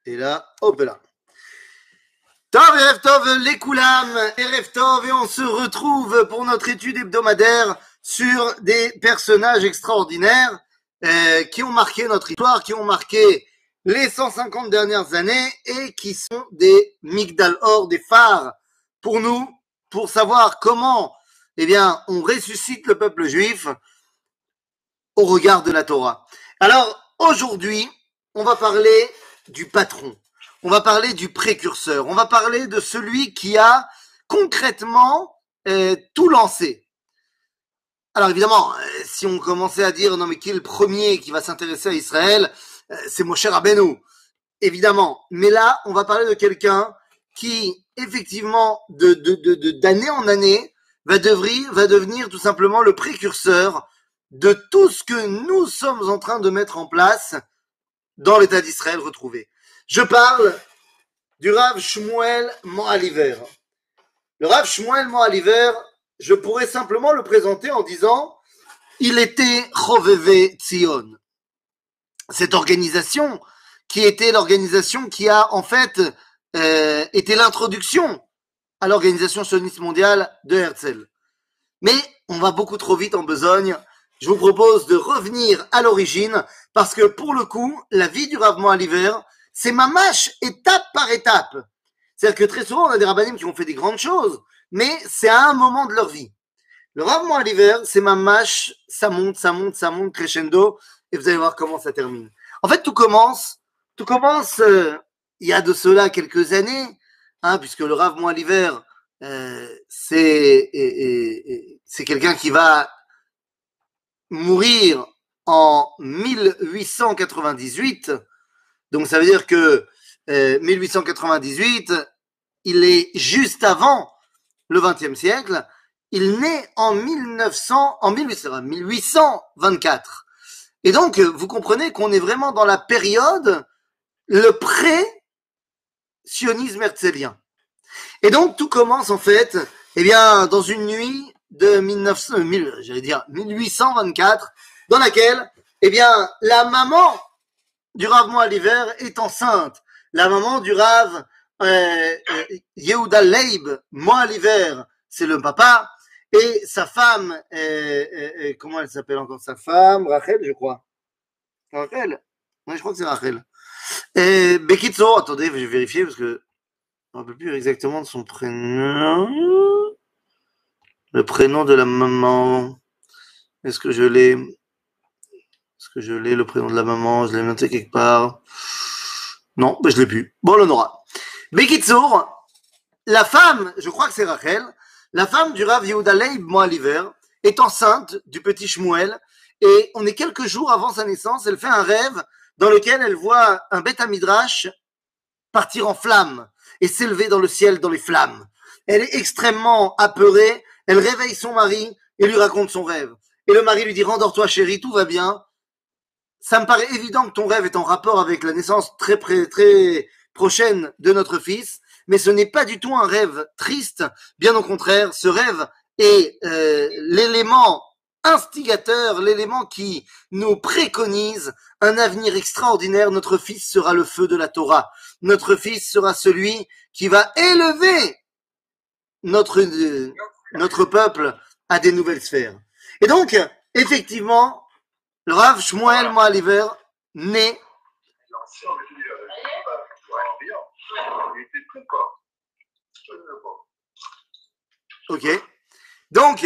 Et là, hop là. Tov, Erev Tov, les Koulam, Erev Tov, et on se retrouve pour notre étude hebdomadaire sur des personnages extraordinaires qui ont marqué notre histoire, qui ont marqué les 150 dernières années et qui sont des Migdal Or, des phares pour nous, pour savoir comment, eh bien, on ressuscite le peuple juif au regard de la Torah. Alors, aujourd'hui, on va parler du patron. On va parler du précurseur. On va parler de celui qui a concrètement tout lancé. Alors évidemment, si on commençait à dire non mais qui est le premier qui va s'intéresser à Israël, c'est Moshe Rabbeinu, évidemment. Mais là, on va parler de quelqu'un qui, effectivement, d'année en année, va devenir tout simplement le précurseur de tout ce que nous sommes en train de mettre en place dans l'État d'Israël retrouvé. Je parle du Rav Shmuel Moaliver. Le Rav Shmuel Moaliver, je pourrais simplement le présenter en disant il était Choveve Tzion. Cette organisation qui était l'organisation qui a en fait été l'introduction à l'organisation sioniste mondiale de Herzl. Mais on va beaucoup trop vite en besogne. Je vous propose de revenir à l'origine parce que pour le coup, la vie du Rav Moaliver, c'est mamash étape par étape. C'est-à-dire que très souvent, on a des rabbanim qui ont fait des grandes choses, mais c'est à un moment de leur vie. Le Rav Moaliver, c'est mamash, ça monte crescendo, et vous allez voir comment ça termine. En fait, tout commence il y a de cela quelques années, puisque le Rav Moaliver, c'est quelqu'un qui va mourir en 1898. Donc ça veut dire que 1898, il est juste avant le XXe siècle. Il naît en 1824. Et donc, vous comprenez qu'on est vraiment dans la période, le pré-sionisme herzlien. Et donc, tout commence en fait, eh bien, dans une nuit de 1824, dans laquelle, eh bien, la maman du Rav Moaliver est enceinte. La maman du Rav Yehuda Leib Moaliver, c'est le papa, et sa femme, comment elle s'appelle encore sa femme? Rachel, je crois. Rachel? Oui, je crois que c'est Rachel. Bekitso, attendez, je vais vérifier parce que je ne me rappelle plus exactement de son prénom. Le prénom de la maman. Est-ce que je l'ai? Le prénom de la maman? Je l'ai noté quelque part. Non, je l'ai plus. Bon, on aura. Bekitsour, la femme, je crois que c'est Rachel, la femme du Rav Yehuda Leib Moaliver, est enceinte du petit Shmuel, et on est quelques jours avant sa naissance, elle fait un rêve dans lequel elle voit un Beth Midrash partir en flammes et s'élever dans le ciel dans les flammes. Elle est extrêmement apeurée, elle réveille son mari et lui raconte son rêve. Et le mari lui dit « Rendors-toi chérie, tout va bien ». Ça me paraît évident que ton rêve est en rapport avec la naissance très prochaine de notre fils, mais ce n'est pas du tout un rêve triste, bien au contraire, ce rêve est l'élément instigateur, l'élément qui nous préconise un avenir extraordinaire. Notre fils sera le feu de la Torah, notre fils sera celui qui va élever notre peuple à des nouvelles sphères. Et donc, effectivement, le Rav Shmuel Moaliver naît. Ok. Donc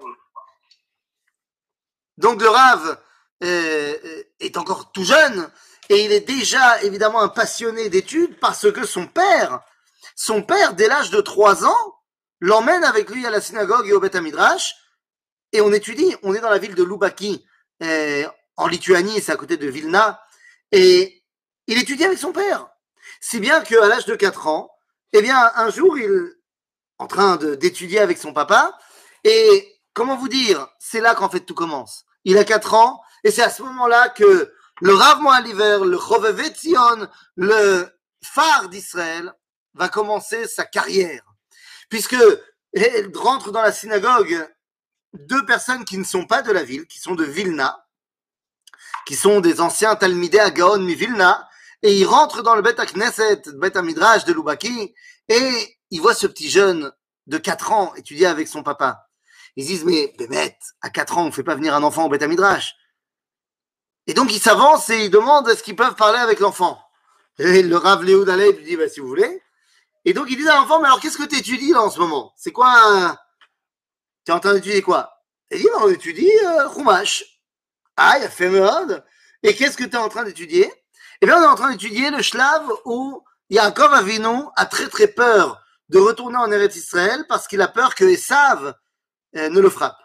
le Rav est encore tout jeune et il est déjà évidemment un passionné d'études parce que son père, dès l'âge de 3 ans, l'emmène avec lui à la synagogue et au Beth Midrash et on étudie. On est dans la ville de Loubaki, en Lituanie, c'est à côté de Vilna, et il étudie avec son père. Si bien qu'à l'âge de 4 ans, eh bien, un jour, il est en train d'étudier avec son papa, et comment vous dire, c'est là qu'en fait tout commence. Il a 4 ans, et c'est à ce moment-là que le Rav Moaliver, le Choveve Tzion, le phare d'Israël, va commencer sa carrière. Puisque il rentre dans la synagogue 2 personnes qui ne sont pas de la ville, qui sont de Vilna, qui sont des anciens Talmidei Gaon mi Vilna, et il rentre dans le Bet HaKnesset, Bet HaMidrash de Loubaki, et il voit ce petit jeune de 4 ans étudier avec son papa. Ils disent, mais Bémet, à 4 ans, on ne fait pas venir un enfant au Bet HaMidrash. Et donc, ils s'avancent et ils demandent est-ce qu'ils peuvent parler avec l'enfant. Et le Rav Léoud Aleb lui dit, bah, si vous voulez. Et donc, ils disent à l'enfant, mais alors, qu'est-ce que tu étudies là en ce moment? C'est quoi Tu es en train d'étudier quoi? Il dit, bah, on étudie Chumash. Ah, il a fait mode. Et qu'est-ce que tu es en train d'étudier? Eh bien, on est en train d'étudier le shlav où Yaakov Avinu a très très peur de retourner en Eretz Israël parce qu'il a peur que Esav ne le frappe.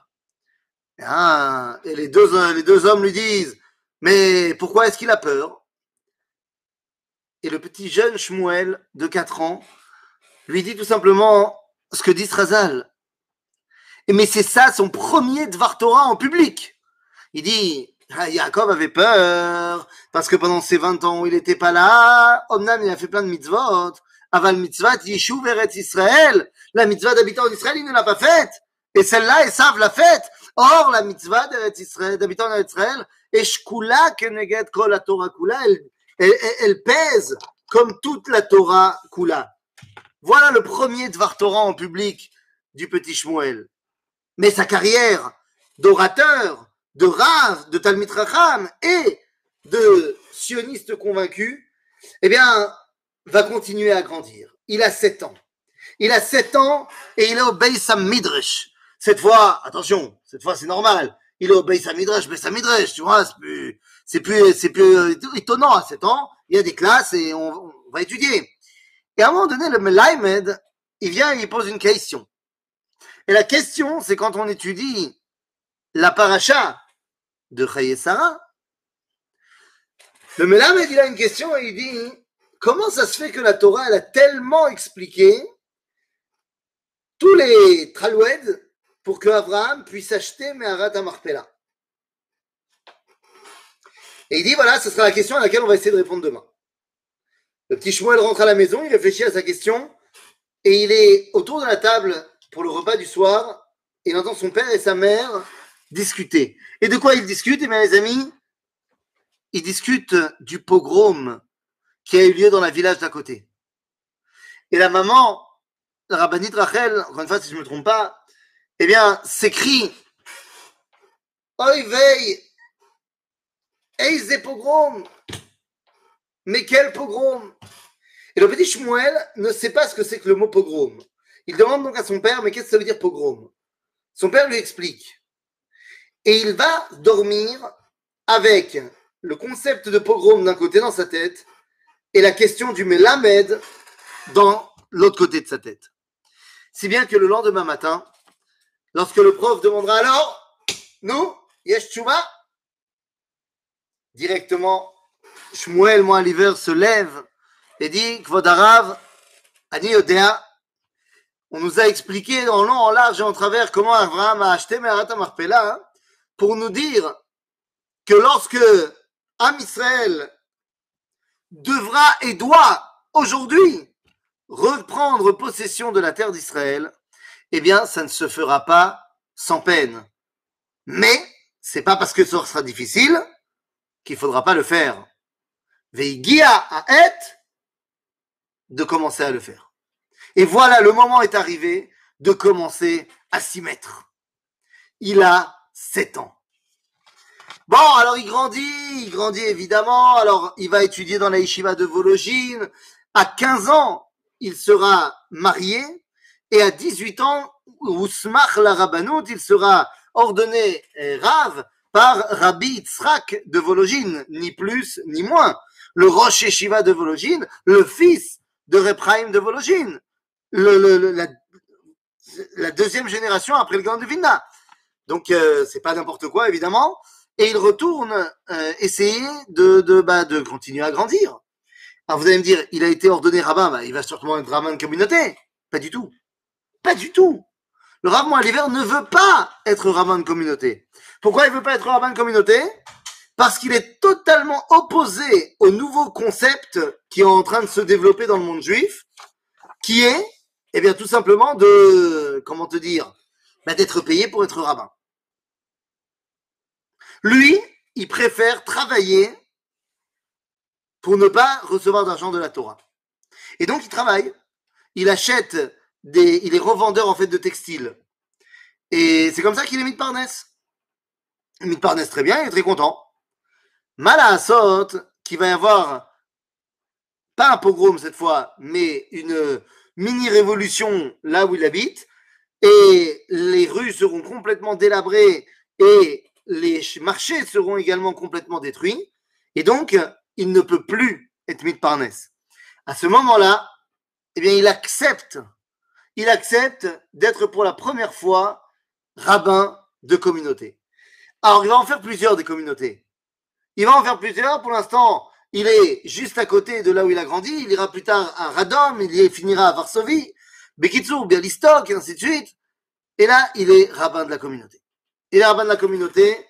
Et les deux hommes lui disent, mais pourquoi est-ce qu'il a peur? Et le petit jeune Shmuel de 4 ans lui dit tout simplement ce que dit Srazal. Mais c'est ça son premier Dvar Torah en public. Il dit, Yaakov avait peur parce que pendant ces 20 ans où il n'était pas là, Omnam il a fait plein de mitzvot. Aval mitzvah Yishuv Eretz Israël. La mitzvah d'habitant en Israël, il ne l'a pas faite. Et celle-là, Esav l'a faite. Or, la mitzvah d'habitant en Israël, Eshkula Keneged Kol la Torah Kula, elle pèse comme toute la Torah Kula. Voilà le premier Dvar Torah en public du petit Shmuel. Mais sa carrière d'orateur, de Rav, de Talmid Racham et de sioniste convaincu, eh bien, va continuer à grandir. Il a 7 ans. Il a 7 ans et il est au Beis HaMidrash. Cette fois, attention, cette fois c'est normal. Il est au Beis HaMidrash, tu vois, c'est plus étonnant à 7 ans. Il y a des classes et on va étudier. Et à un moment donné, le Melamed, il vient et il pose une question. Et la question, c'est quand on étudie la paracha de Chaye Sarah, le Melamed, il a une question et il dit, comment ça se fait que la Torah, elle a tellement expliqué tous les tralouèdes pour que Abraham puisse acheter Meharat HaMachpelah? Et il dit, voilà, ce sera la question à laquelle on va essayer de répondre demain. Le petit Shmuel rentre à la maison, il réfléchit à sa question, et il est autour de la table pour le repas du soir, et il entend son père et sa mère discuter. Et de quoi ils discutent? Eh bien, les amis, ils discutent du pogrom qui a eu lieu dans la village d'à côté. Et la maman, la rabbinite Rachel, encore une fois, si je ne me trompe pas, eh bien, s'écrie Oy vey, eize pogrom, mais quel pogrom! Et le petit Shmuel ne sait pas ce que c'est que le mot pogrom. Il demande donc à son père, mais qu'est-ce que ça veut dire pogrom? Son père lui explique. Et il va dormir avec le concept de pogrom d'un côté dans sa tête et la question du Melamed dans l'autre côté de sa tête. Si bien que le lendemain matin, lorsque le prof demandera alors, nous, yesh tchouva, directement, Shmuel Moaliver se lève et dit, Kvod Harav, Ani Yodea, on nous a expliqué en long, en large et en travers comment Abraham a acheté Meharat HaMachpelah pour nous dire que lorsque Am Israël devra et doit aujourd'hui reprendre possession de la terre d'Israël, eh bien, ça ne se fera pas sans peine. Mais, c'est pas parce que ça sera difficile qu'il faudra pas le faire. Veigia à et de commencer à le faire. Et voilà, le moment est arrivé de commencer à s'y mettre. Il a 7 ans. Bon, alors il grandit évidemment. Alors, il va étudier dans la yeshiva de Volojine. À 15 ans, il sera marié. Et à 18 ans, Ousmach la Rabbanout, il sera ordonné Rav par Rabbi Yitzhak de Volojine, ni plus ni moins. Le Rosh Yeshiva de Volojine, le fils de Reb Chaim de Volojine. La deuxième génération après le Gaon de Vilna. Donc, c'est pas n'importe quoi, évidemment. Et il retourne essayer de continuer à grandir. Alors, vous allez me dire, il a été ordonné rabbin, il va sûrement être rabbin de communauté. Pas du tout. Pas du tout. Le Rav Moaliver ne veut pas être rabbin de communauté. Pourquoi il veut pas être rabbin de communauté? Parce qu'il est totalement opposé au nouveau concept qui est en train de se développer dans le monde juif, qui est, eh bien, tout simplement d'être payé pour être rabbin. Lui, il préfère travailler pour ne pas recevoir d'argent de la Torah. Et donc, il travaille. Il achète il est revendeur, en fait, de textiles. Et c'est comme ça qu'il est Mitparnes. Mitparnes, très bien, il est très content. Mal à Assot, qu'il va y avoir, pas un pogrom cette fois, mais une mini-révolution là où il habite, et les rues seront complètement délabrées, et les marchés seront également complètement détruits, et donc, il ne peut plus être Mitparnes. À ce moment-là, eh bien, il accepte d'être pour la première fois rabbin de communauté. Alors, il va en faire plusieurs des communautés. Il va en faire plusieurs. Pour l'instant, il est juste à côté de là où il a grandi. Il ira plus tard à Radom, il y finira à Varsovie, Bekitsour, Bialystok, et ainsi de suite. Et là, il est rabbin de la communauté. Il est rabbin de la communauté,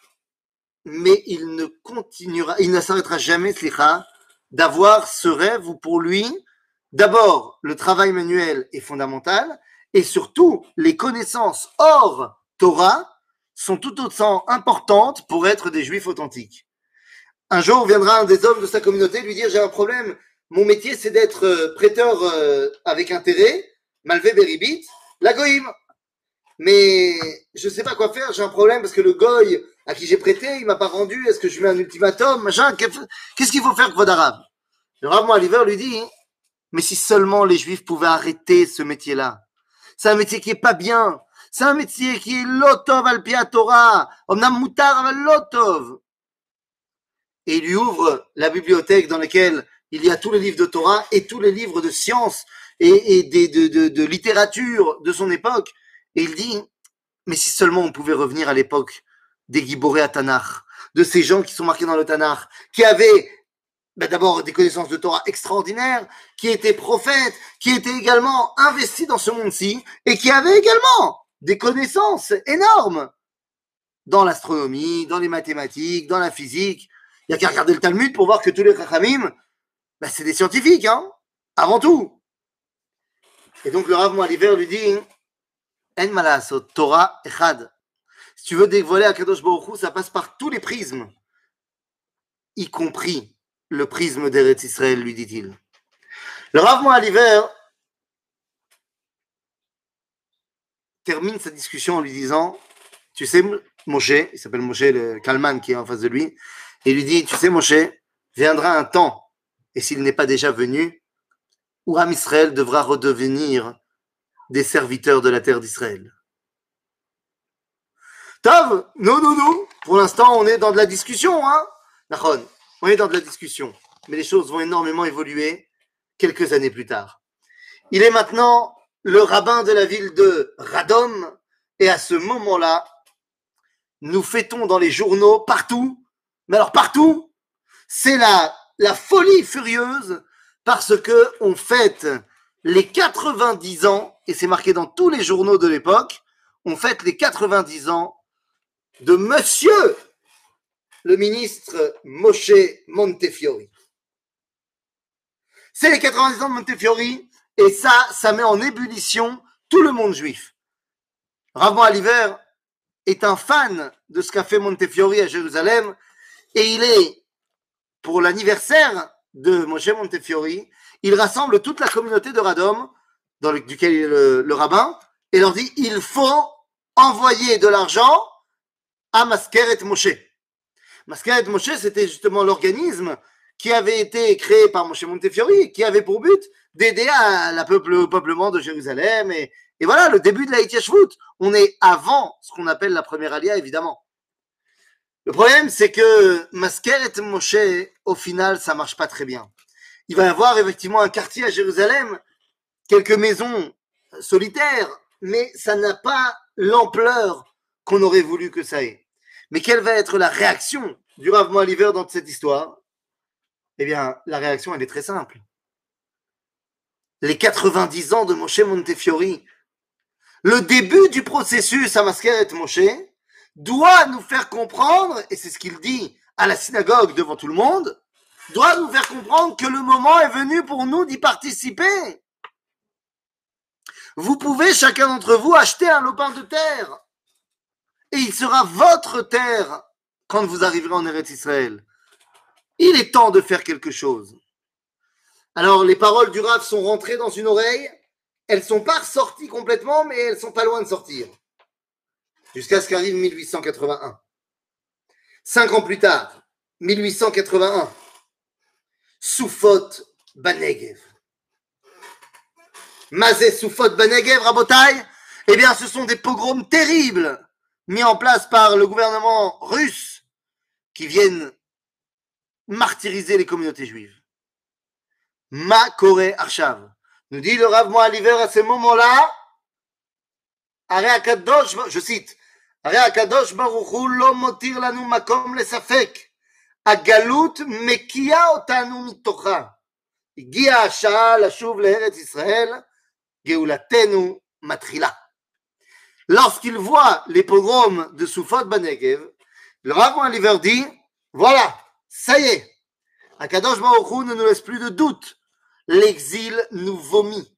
mais il ne s'arrêtera jamais, slicha, d'avoir ce rêve où pour lui, d'abord, le travail manuel est fondamental, et surtout, les connaissances hors Torah sont tout autant importantes pour être des juifs authentiques. Un jour viendra un des hommes de sa communauté lui dire, j'ai un problème, mon métier c'est d'être prêteur avec intérêt, malvé beribit, la goïm. Mais je ne sais pas quoi faire, j'ai un problème parce que le goy à qui j'ai prêté, il m'a pas rendu, est-ce que je mets un ultimatum, machin, qu'est-ce qu'il faut faire, Kvod Arav? Le Rav Moaliver lui dit, mais si seulement les juifs pouvaient arrêter ce métier-là. C'est un métier qui est pas bien. C'est un métier qui est lotov al pi Torah, omnam mutar al lotov. Et il lui ouvre la bibliothèque dans laquelle il y a tous les livres de Torah et tous les livres de sciences et de littérature de son époque. Et il dit, mais si seulement on pouvait revenir à l'époque des Giboré à Tanakh, de ces gens qui sont marqués dans le Tanakh, qui avaient d'abord des connaissances de Torah extraordinaires, qui étaient prophètes, qui étaient également investis dans ce monde-ci, et qui avaient également des connaissances énormes dans l'astronomie, dans les mathématiques, dans la physique. Il n'y a qu'à regarder le Talmud pour voir que tous les Chachamim, c'est des scientifiques, hein, avant tout. Et donc le Rav Moaliver lui dit, En malasot, Torah echad. Si tu veux dévoiler à Kadosh Baruch Hu, ça passe par tous les prismes, y compris le prisme d'Eretz Israël, lui dit-il. Le Rav Moaliver termine sa discussion en lui disant, tu sais, Moshe, il s'appelle Moshe, le Kalman qui est en face de lui, et il lui dit, tu sais, Moshe, viendra un temps, et s'il n'est pas déjà venu, où Am Israël devra redevenir des serviteurs de la terre d'Israël. Tov, non. Pour l'instant, on est dans de la discussion, hein. Nachon, on est dans de la discussion. Mais les choses vont énormément évoluer quelques années plus tard. Il est maintenant le rabbin de la ville de Radom. Et à ce moment-là, nous fêtons dans les journaux partout. Mais alors partout, c'est la folie furieuse parce que on fête les 90 ans, et c'est marqué dans tous les journaux de l'époque, on fête les 90 ans de monsieur le ministre Moshe Montefiore. C'est les 90 ans de Montefiore, et ça met en ébullition tout le monde juif. Rav Moaliver est un fan de ce qu'a fait Montefiore à Jérusalem, et il est, pour l'anniversaire de Moshe Montefiore, il rassemble toute la communauté de Radom, duquel il est le rabbin, et leur dit, il faut envoyer de l'argent à Maskeret Moshe. Maskeret Moshe, c'était justement l'organisme qui avait été créé par Moshe Montefiore, qui avait pour but d'aider au peuplement de Jérusalem, et voilà, le début de la Hitiyashvut. On est avant ce qu'on appelle la première Aliyah, évidemment. Le problème, c'est que Maskeret Moshe, au final, ça marche pas très bien. Il va y avoir effectivement un quartier à Jérusalem, quelques maisons solitaires, mais ça n'a pas l'ampleur qu'on aurait voulu que ça ait. Mais quelle va être la réaction du Rav Moaliver dans cette histoire? Eh bien, la réaction, elle est très simple. Les 90 ans de Moshe Montefiore, le début du processus à Maskeret Moshe, doit nous faire comprendre, et c'est ce qu'il dit à la synagogue devant tout le monde, doit nous faire comprendre que le moment est venu pour nous d'y participer. Vous pouvez, chacun d'entre vous, acheter un lopin de terre, et il sera votre terre quand vous arriverez en Eretz Israël. Il est temps de faire quelque chose. Alors, les paroles du Rav sont rentrées dans une oreille. Elles ne sont pas ressorties complètement, mais elles sont pas loin de sortir. Jusqu'à ce qu'arrive 1881. 5 ans plus tard, 1881, Soufot Banegev. Mazé Soufot Banegev, Rabotai, eh bien, ce sont des pogroms terribles mis en place par le gouvernement russe qui viennent martyriser les communautés juives. Ma Koré Arshav. Nous dit le Rav Moaliver à ce moment-là, je cite, הרי הקדוש ברוך הוא לא מותיר לנו מקום לספק. הגלות מקיאה אותנו מתוכה. הגיעה השעה לשוב לארץ ישראל, גאולתנו מתחילה. Lorsqu'il voit les pogroms de Soufot Banegev, le Rav Moaliver dit, voilà, ça y est, Akadosh Baruch Hu ne nous laisse plus de doute. L'exil nous vomit.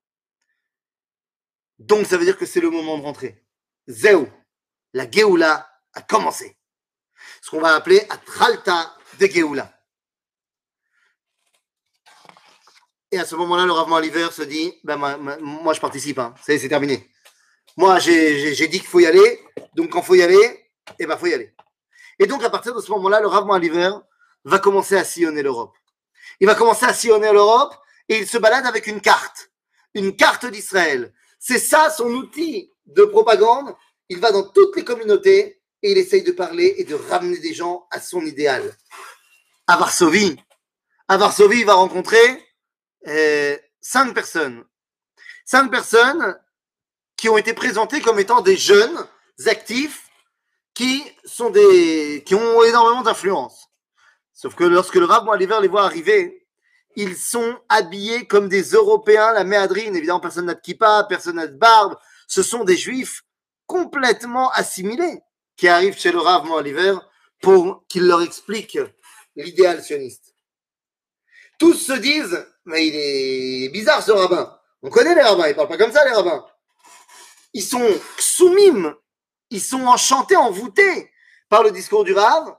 Donc ça veut dire que c'est le moment de rentrer. Zéou, la Géoula a commencé. Ce qu'on va appeler Atralta de Géoula. Et à ce moment-là, le Rav Moaliver se dit, ben moi je participe, hein. C'est terminé. Moi j'ai dit qu'il faut y aller, donc quand il faut y aller, eh ben faut y aller. Et donc à partir de ce moment-là, le Rav Moaliver va commencer à sillonner l'Europe. Il va commencer à sillonner l'Europe et il se balade avec une carte d'Israël. C'est ça son outil de propagande. Il va dans toutes les communautés et il essaye de parler et de ramener des gens à son idéal. À Varsovie, il va rencontrer 5 personnes. 5 personnes qui ont été présentées comme étant des jeunes actifs qui ont énormément d'influence. Sauf que lorsque le Rav Moaliver les voit arriver, ils sont habillés comme des Européens, la méadrine, évidemment personne n'a de kippa, personne n'a de barbe, ce sont des juifs complètement assimilés qui arrivent chez le Rav Moaliver pour qu'il leur explique l'idéal sioniste. Tous se disent, mais il est bizarre ce rabbin, on connaît les rabbins, ils parlent pas comme ça les rabbins. Ils sont ksumim, ils sont enchantés, envoûtés par le discours du Rav.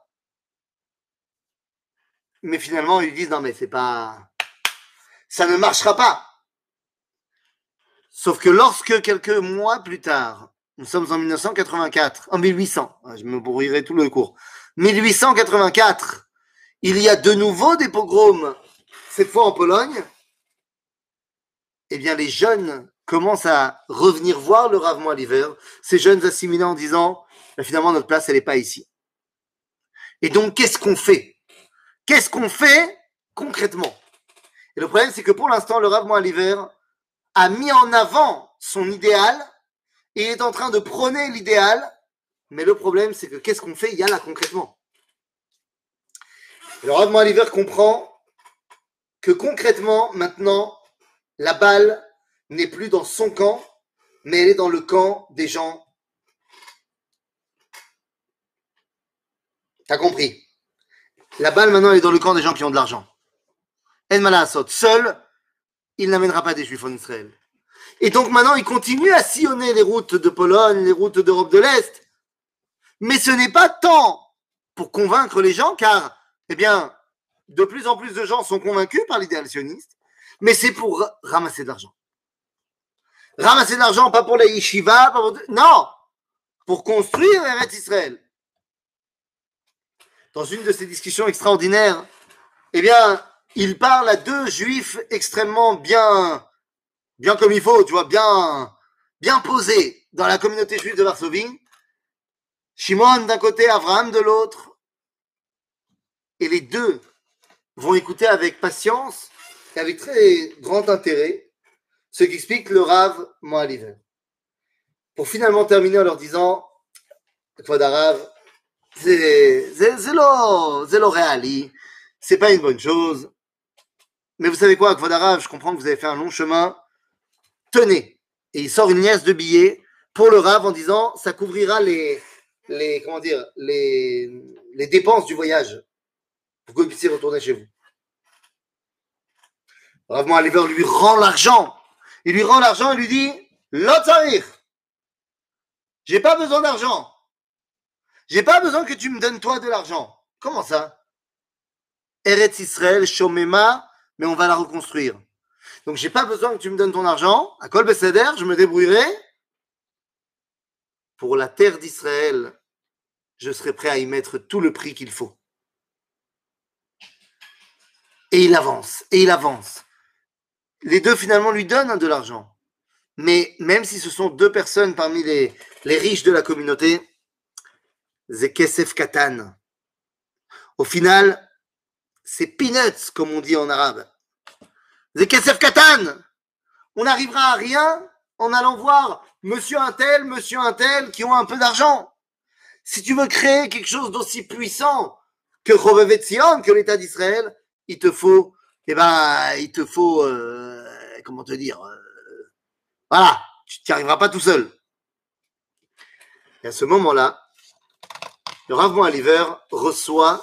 Mais finalement, ils disent, non, mais ça ne marchera pas. Sauf que lorsque quelques mois plus tard, nous sommes en 1800, je me bourrirai tout le cours, 1884, il y a de nouveau des pogroms, cette fois en Pologne, eh bien, les jeunes commencent à revenir voir le Rav Moaliver, ces jeunes assimilés en disant, finalement, notre place, elle n'est pas ici. Et donc, qu'est-ce qu'on fait? Qu'est-ce qu'on fait concrètement? Et le problème, c'est que pour l'instant, le Rav Moaliver a mis en avant son idéal et est en train de prôner l'idéal. Mais le problème, c'est que qu'est-ce qu'on fait? Il y a là concrètement. Et le Rav Moaliver comprend que concrètement, maintenant, la balle n'est plus dans son camp, mais elle est dans le camp des gens. T'as compris? La balle, maintenant, elle est dans le camp des gens qui ont de l'argent. En Malasot, seul, il n'amènera pas des juifs en Israël. Et donc maintenant, il continue à sillonner les routes de Pologne, les routes d'Europe de l'Est. Mais ce n'est pas tant pour convaincre les gens, car, eh bien, de plus en plus de gens sont convaincus par l'idéal sioniste, mais c'est pour ramasser de l'argent. Ramasser de l'argent, pas pour la yeshiva, non, pour construire Eretz Israël. Dans une de ces discussions extraordinaires, eh bien, il parle à 2 juifs extrêmement bien comme il faut, tu vois, bien posés dans la communauté juive de Varsovie. Shimon d'un côté, Avraham de l'autre. Et les 2 vont écouter avec patience et avec très grand intérêt ce qu'explique le Rav Moaliver. Pour finalement terminer en leur disant, Kvod Harav, c'est lo réali, c'est pas une bonne chose. Mais vous savez quoi, Kvod Harav, je comprends que vous avez fait un long chemin. Tenez. Et il sort une liasse de billets pour le Rav en disant, ça couvrira les dépenses du voyage pour que vous puissiez retourner chez vous. Rav Moaliver lui rend l'argent. Il lui rend l'argent et lui dit, Lo tzarich. J'ai pas besoin d'argent. J'ai pas besoin que tu me donnes toi de l'argent. Comment ça? Eretz Israël, Shomema, mais on va la reconstruire. Donc, j'ai pas besoin que tu me donnes ton argent. À Kol Beseder, je me débrouillerai. Pour la terre d'Israël, je serai prêt à y mettre tout le prix qu'il faut. Et il avance, et il avance. Les deux, finalement, lui donnent de l'argent. Mais même si ce sont deux personnes parmi les riches de la communauté, c'est Kesef Katan. Au final, c'est peanuts, comme on dit en arabe. C'est Kesef Katan. On n'arrivera à rien en allant voir monsieur un tel, qui ont un peu d'argent. Si tu veux créer quelque chose d'aussi puissant que Chovevet Zion, que l'État d'Israël, il te faut, comment te dire, voilà, tu n'y arriveras pas tout seul. Et à ce moment-là, le Rav Moaliver reçoit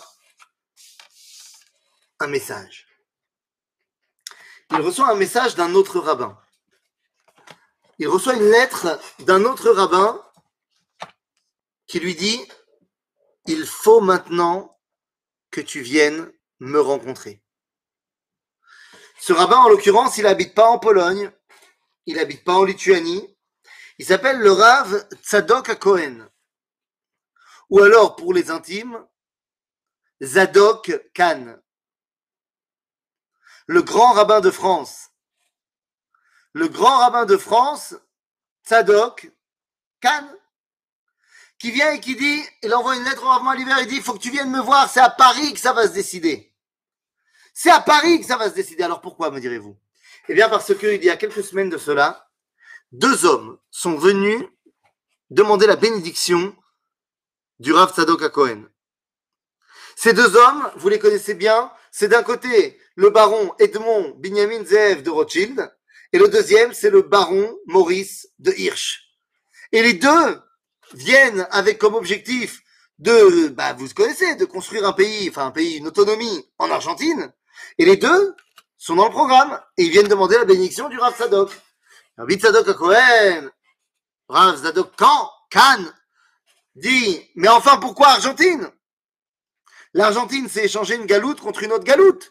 un message. Il reçoit un message d'un autre rabbin. Il reçoit une lettre d'un autre rabbin qui lui dit « Il faut maintenant que tu viennes me rencontrer. » Ce rabbin, en l'occurrence, il n'habite pas en Pologne, il n'habite pas en Lituanie, il s'appelle le Rav Tzadok HaKohen. Ou alors, pour les intimes, Zadok Khan, le grand rabbin de France. Le grand rabbin de France, Tzadok Khan, qui vient et qui dit, il envoie une lettre au Rav Moaliver, il dit, il faut que tu viennes me voir, c'est à Paris que ça va se décider. C'est à Paris que ça va se décider. Alors pourquoi, me direz-vous? Eh bien parce qu'il y a quelques semaines de cela, deux hommes sont venus demander la bénédiction du Rav Tzadok HaKohen. Ces deux hommes, vous les connaissez bien, c'est d'un côté le baron Edmond Binyamin Zeev de Rothschild, et le deuxième, c'est le baron Maurice de Hirsch. Et les deux viennent avec comme objectif de, vous connaissez, de construire un pays, une autonomie en Argentine, et les deux sont dans le programme, et ils viennent demander la bénédiction du Rav Tzadok. Rabbi Tzadok HaKohen, Rav Tzadok Khan, dit, mais enfin, pourquoi Argentine? L'Argentine s'est échangé une galoute contre une autre galoute.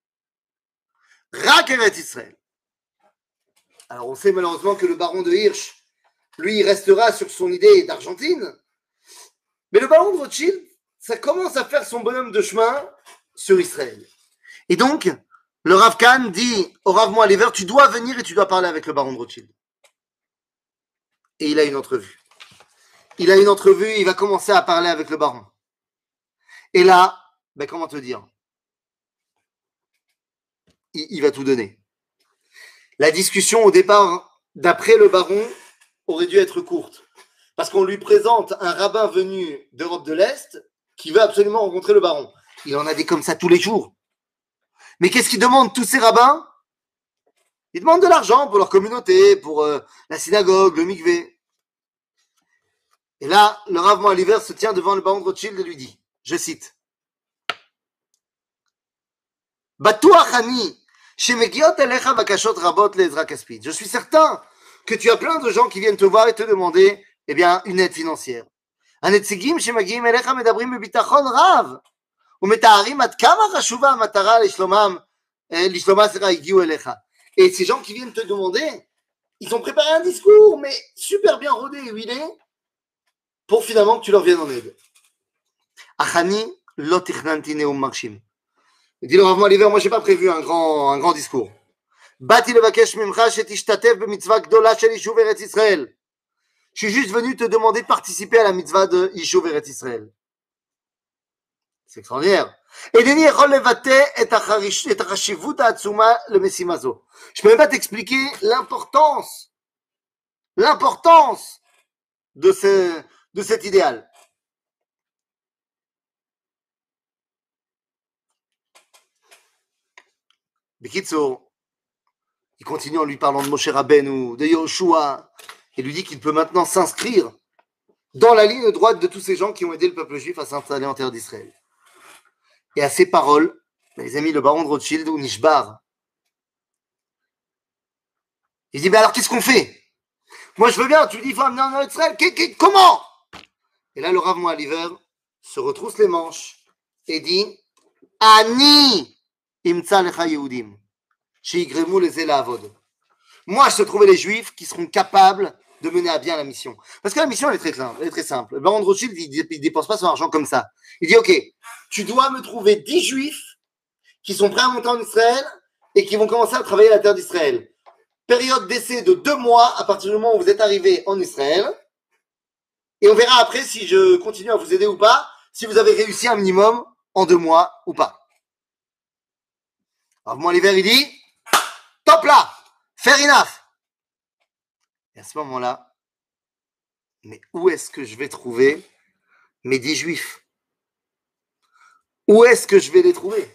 Rak Eretz Israël. Alors, on sait malheureusement que le baron de Hirsch, lui, il restera sur son idée d'Argentine. Mais le baron de Rothschild, ça commence à faire son bonhomme de chemin sur Israël. Et donc, le Rav Khan dit au Rav Moaliver, tu dois venir et tu dois parler avec le baron de Rothschild. Et il a une entrevue. Il va commencer à parler avec le baron. Et là, comment te dire, il va tout donner. La discussion au départ, d'après le baron, aurait dû être courte. Parce qu'on lui présente un rabbin venu d'Europe de l'Est qui veut absolument rencontrer le baron. Il en a des comme ça tous les jours. Mais qu'est-ce qu'ils demandent tous ces rabbins? Ils demandent de l'argent pour leur communauté, pour la synagogue, le mikvé. Et là, le Rav Moaliver se tient devant le baron de Rothschild et lui dit, je cite, je suis certain que tu as plein de gens qui viennent te voir et te demander une aide financière. Et ces gens qui viennent te demander, ils ont préparé un discours, mais super bien rodé et huilé, pour finalement que tu leur viennes en aide. Il dit le Rav Moaliver, moi j'ai pas prévu un grand discours. Je suis juste venu te demander de participer à la mitzvah de Yishuv Eretz Israël. C'est extraordinaire. Je peux même pas t'expliquer l'importance de cet idéal. Bekitsour, il continue en lui parlant de Moshe Rabbeinu, de Yoshua, et lui dit qu'il peut maintenant s'inscrire dans la ligne droite de tous ces gens qui ont aidé le peuple juif à s'installer en terre d'Israël. Et à ces paroles, les amis, le baron de Rothschild ou Nishbar, il dit, mais alors qu'est-ce qu'on fait? Moi je veux bien, tu me dis, il faut amener en Israël, comment? Et là, le Rav Moaliver se retrousse les manches et dit, Ani imtsa lecha Yehudim, sheigremu leze la'avod. Moi, je te trouvais les Juifs qui seront capables de mener à bien la mission. Parce que la mission, elle est très simple. Le baron de Rothschild, il ne dépense pas son argent comme ça. Il dit, OK, tu dois me trouver 10 Juifs qui sont prêts à monter en Israël et qui vont commencer à travailler à la terre d'Israël. Période d'essai de 2 mois à partir du moment où vous êtes arrivé en Israël. Et on verra après si je continue à vous aider ou pas, si vous avez réussi un minimum en 2 mois ou pas. Alors, moi, l'hiver, il dit, top là, fair enough. Et à ce moment-là, mais où est-ce que je vais trouver mes 10 Juifs? Où est-ce que je vais les trouver?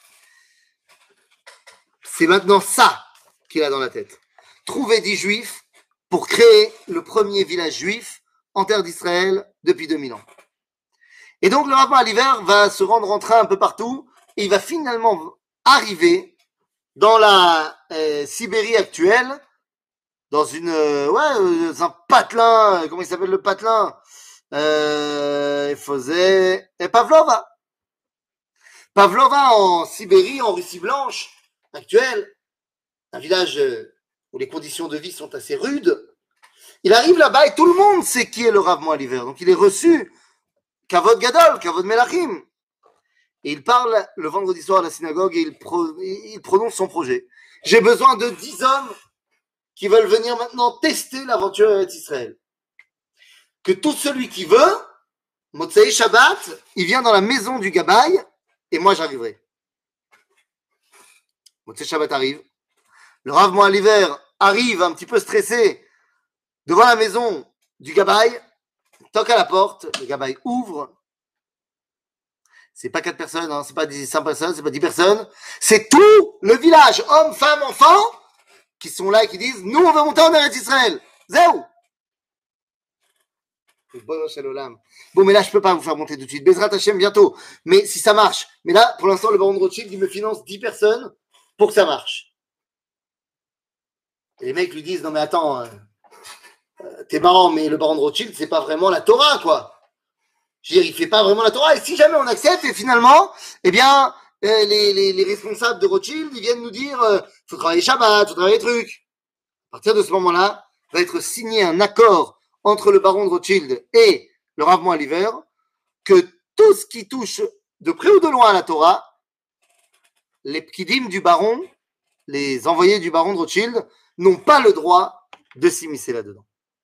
C'est maintenant ça qu'il a dans la tête. Trouver 10 Juifs pour créer le premier village juif en terre d'Israël depuis 2000 ans. Et donc le Rav Aliver va se rendre en train un peu partout et il va finalement arriver dans la Sibérie actuelle, dans un patelin, comment il s'appelle le patelin? Il faisait Pavlova. Pavlova en Sibérie, en Russie blanche actuelle, un village où les conditions de vie sont assez rudes. Il arrive là-bas et tout le monde sait qui est le Rav Moaliver. Donc il est reçu Kavod Gadol, Kavod Melachim. Et il parle le vendredi soir à la synagogue et il prononce son projet. J'ai besoin de 10 hommes qui veulent venir maintenant tester l'aventure avec Israël. Que tout celui qui veut, Motsei Shabbat, il vient dans la maison du Gabaï et moi j'arriverai. Motsei Shabbat arrive. Le Rav Moaliver arrive un petit peu stressé devant la maison du Gabaï, toque à la porte, le Gabaï ouvre. C'est pas 4 personnes, hein, c'est pas 5 personnes, c'est pas 10 personnes. C'est tout le village, hommes, femmes, enfants, qui sont là et qui disent, nous on va monter en Eretz Israël. Zéou. Bon, mais là, je peux pas vous faire monter tout de suite. Bezrat Hashem bientôt. Mais si ça marche. Mais là, pour l'instant, le baron de Rothschild, il me finance 10 personnes pour que ça marche. Et les mecs lui disent, non mais attends, t'es marrant, mais le baron de Rothschild, c'est pas vraiment la Torah, quoi. Je veux dire, il fait pas vraiment la Torah. Et si jamais on accepte, et finalement, eh bien, les responsables de Rothschild, ils viennent nous dire, faut travailler Shabbat, faut travailler les trucs. À partir de ce moment-là, va être signé un accord entre le baron de Rothschild et le Rav Moaliver, que tout ce qui touche de près ou de loin à la Torah, les pkidim du baron, les envoyés du baron de Rothschild, n'ont pas le droit de s'immiscer là-dedans.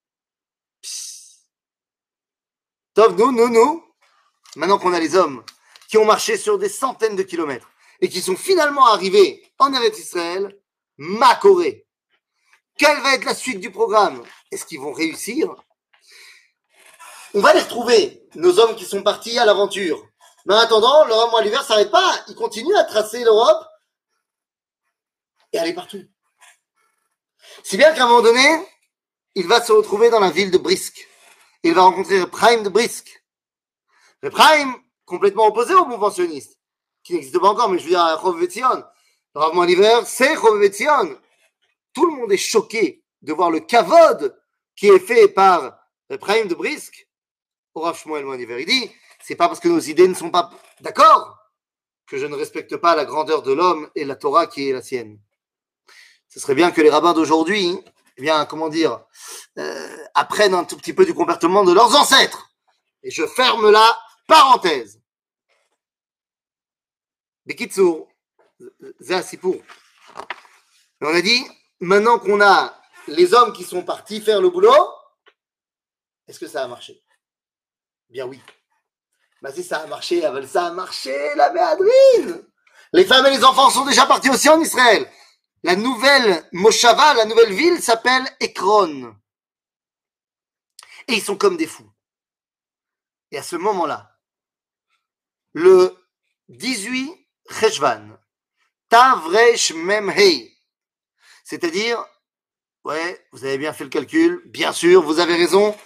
Sauf nous, maintenant qu'on a les hommes qui ont marché sur des centaines de kilomètres et qui sont finalement arrivés en Eretz Israël, Makoré. Quelle va être la suite du programme? Est-ce qu'ils vont réussir? On va les retrouver, nos hommes qui sont partis à l'aventure. Mais en attendant, le Rav Moaliver ne s'arrête pas. Il continue à tracer l'Europe et aller partout. Si bien qu'à un moment donné, il va se retrouver dans la ville de Brisk. Il va rencontrer Repraim de Brisk. Repraim, complètement opposé au mouvement sioniste, qui n'existe pas encore, mais je veux dire à Chov Tzion. Le Rav Moaliver, c'est Chov Tzion. Tout le monde est choqué de voir le kavod qui est fait par Repraim de Brisk au Rav Shmuel Moaliver. Il dit, c'est pas parce que nos idées ne sont pas d'accord que je ne respecte pas la grandeur de l'homme et la Torah qui est la sienne. Ce serait bien que les rabbins d'aujourd'hui, eh bien, comment dire, apprennent un tout petit peu du comportement de leurs ancêtres. Et je ferme la parenthèse. Bekitsour, Zé Sipour. On a dit, maintenant qu'on a les hommes qui sont partis faire le boulot, est-ce que ça a marché? Bien oui. Mais si ça a marché, ça a marché, la méadrine. Les femmes et les enfants sont déjà partis aussi en Israël. La nouvelle Moshava, la nouvelle ville s'appelle Ekron. Et ils sont comme des fous. Et à ce moment-là, le 18 Cheshvan, Tavresh Memhei, c'est-à-dire, ouais, vous avez bien fait le calcul, bien sûr, vous avez raison,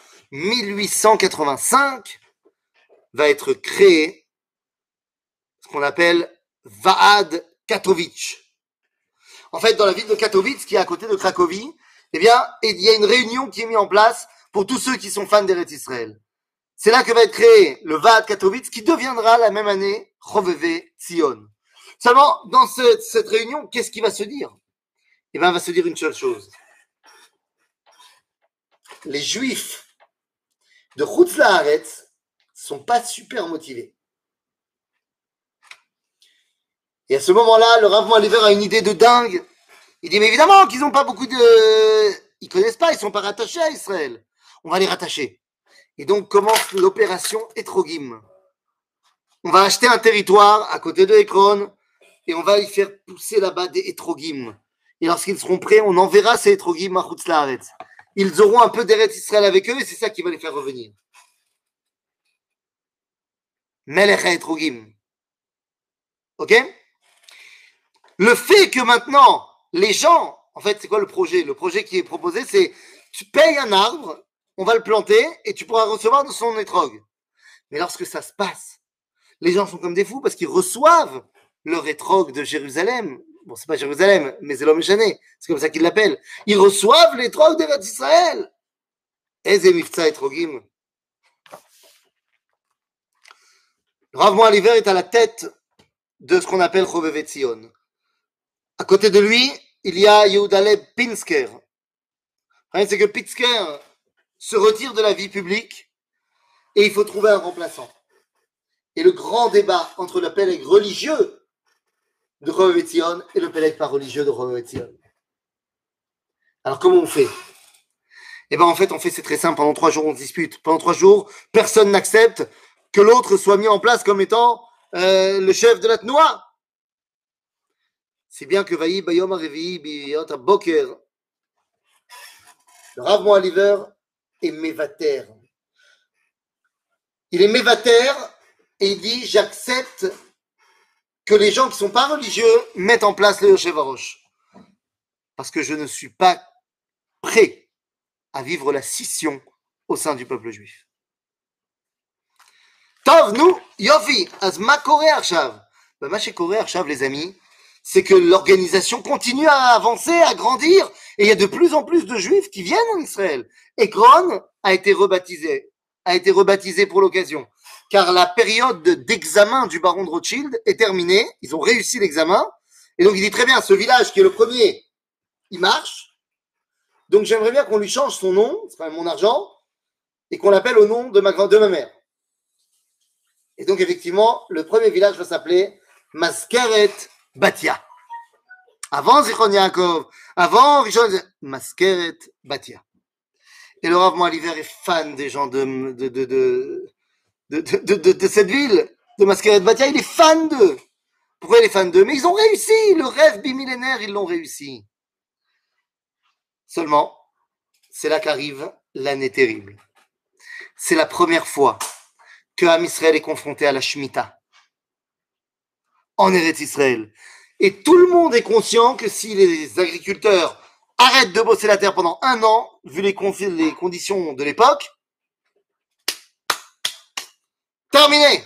1885 va être créé ce qu'on appelle Vaad Katowice. En fait, dans la ville de Katowice, qui est à côté de Cracovie, eh bien, il y a une réunion qui est mise en place pour tous ceux qui sont fans d'Eretz Israël. c'est là que va être créé le Vaad Katowice qui deviendra la même année Choveve Tzion. Seulement, dans cette réunion, qu'est-ce qui va se dire? Eh bien, on va se dire une seule chose. Les Juifs de Chutz La'aretz sont pas super motivés. Et à ce moment-là, le Rav Moaliver a une idée de dingue. Il dit, mais évidemment qu'ils n'ont pas beaucoup de... Ils connaissent pas, ils sont pas rattachés à Israël. On va les rattacher. Et donc commence l'opération Etrogim. On va acheter un territoire à côté de Ekron et on va y faire pousser là-bas des Etrogim. Et lorsqu'ils seront prêts, on enverra ces Etrogim à Chutz La'aretz. Ils auront un peu d'Eretz Israël avec eux et c'est ça qui va les faire revenir. Melech Etrogim. Ok? Le fait que maintenant, les gens, en fait, c'est quoi le projet? Le projet qui est proposé, c'est tu payes un arbre, on va le planter et tu pourras recevoir de son étrog. Mais lorsque ça se passe, les gens sont comme des fous parce qu'ils reçoivent leur étrog de Jérusalem. Bon, c'est pas Jérusalem, mais c'est l'homme échané. C'est comme ça qu'ils l'appellent. Ils reçoivent l'étrog d'Eretz Israël. Eze mifza etrogim. Rav Moaliver est à la tête de ce qu'on appelle Choveve Tzion. À côté de lui, il y a Yehudaleh Pinsker. C'est que Pinsker se retire de la vie publique et il faut trouver un remplaçant. Et le grand débat entre le Peleg religieux de Choveve Tzion et le Peleg pas religieux de Choveve Tzion. Alors comment on fait? Eh bien en fait, c'est très simple. Pendant 3 jours, on se dispute. Pendant 3 jours, personne n'accepte que l'autre soit mis en place comme étant le chef de la Tnoua. Si bien que Vaï Bayom Arevi Biyot Boker, le Rav Moaliver est mévater. Il est mévater et il dit j'accepte que les gens qui ne sont pas religieux mettent en place le Yoshevarosh. Parce que je ne suis pas prêt à vivre la scission au sein du peuple juif. Tov, nous, Yofi, Azma Koré Arshav. Ma chez Koré Arshav, les amis, c'est que l'organisation continue à avancer, à grandir, et il y a de plus en plus de juifs qui viennent en Israël. Ekron a été rebaptisé pour l'occasion, car la période d'examen du baron de Rothschild est terminée, ils ont réussi l'examen, et donc il dit très bien, ce village qui est le premier, il marche, donc j'aimerais bien qu'on lui change son nom, c'est quand même mon argent, et qu'on l'appelle au nom de ma mère. Et donc effectivement, le premier village va s'appeler Maskeret Batia. Avant Zichron Yaakov, avant Rishon, Maskeret Batia. Et le Rav Moaliver est fan des gens de cette ville, de Maskeret Batia. Il est fan d'eux. Pourquoi il est fan d'eux? Mais ils ont réussi. Le rêve bimillénaire, ils l'ont réussi. Seulement, c'est là qu'arrive l'année terrible. C'est la première fois que Am Israël est confronté à la Shemitah en Eretz Israël. Et tout le monde est conscient que si les agriculteurs arrêtent de bosser la terre pendant 1 an, vu les conditions de l'époque, terminé.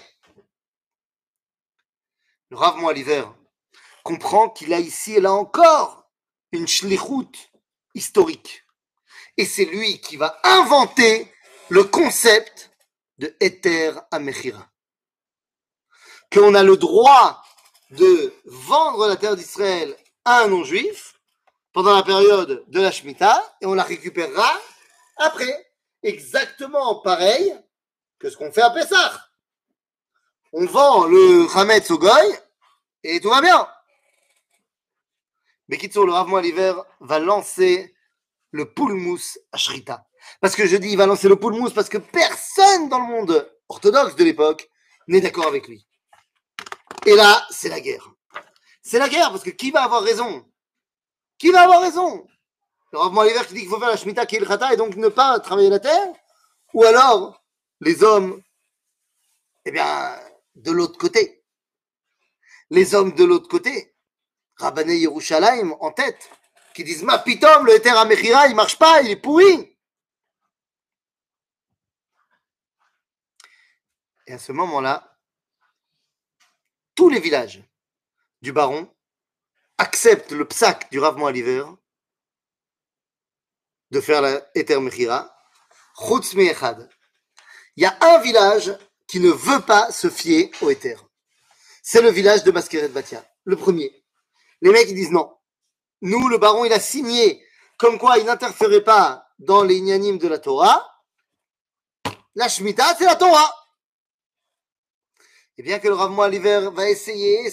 Le Rav Moaliver comprend qu'il a ici et là encore une shlichut historique. Et c'est lui qui va inventer le concept de Heter HaMechira. Qu'on a le droit de vendre la terre d'Israël à un non-juif pendant la période de la Shemitah et on la récupérera après. Exactement pareil que ce qu'on fait à Pessah. On vend le Hametz au Goy et tout va bien. Mais Kitsour, le Rav Moaliver va lancer le Pulmus à Shrita. Parce que je dis il va lancer le Pulmus parce que personne dans le monde orthodoxe de l'époque n'est d'accord avec lui. Et là, c'est la guerre. C'est la guerre, parce que qui va avoir raison? Qui va avoir raison? Le Rav Moaliver qui dit qu'il faut faire la Shemitah qui est le Khata et donc ne pas travailler la terre? Ou alors, les hommes, eh bien, de l'autre côté. Les hommes de l'autre côté, Rabbané Yerushalayim en tête, qui disent ma pitom, le Heter HaMechira, il marche pas, il est pourri. Et à ce moment-là, tous les villages du baron acceptent le psak du Rav Moaliver de faire la Heter Mechira, chutz me'echad. Il y a un village qui ne veut pas se fier au Éther. C'est le village de Maskeret Batia, le premier. Les mecs, ils disent non. Nous, le baron, il a signé comme quoi il n'interférait pas dans les inyanim de la Torah. La Shemitah, c'est la Torah. Et bien que le Rav Moaliver va essayer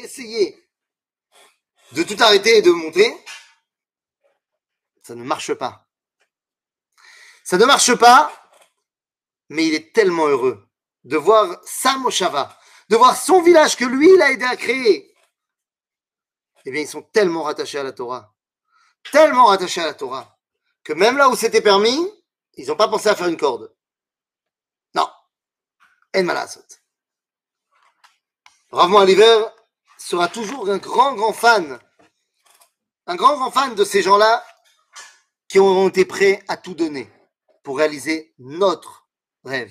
de tout arrêter et de monter, ça ne marche pas. Ça ne marche pas, mais il est tellement heureux de voir sa Moshava, de voir son village que lui, il a aidé à créer. Eh bien, ils sont tellement rattachés à la Torah, que même là où c'était permis, ils n'ont pas pensé à faire une corde. Non, en malasot. Rav Moaliver sera toujours un grand fan de ces gens-là qui ont été prêts à tout donner pour réaliser notre rêve.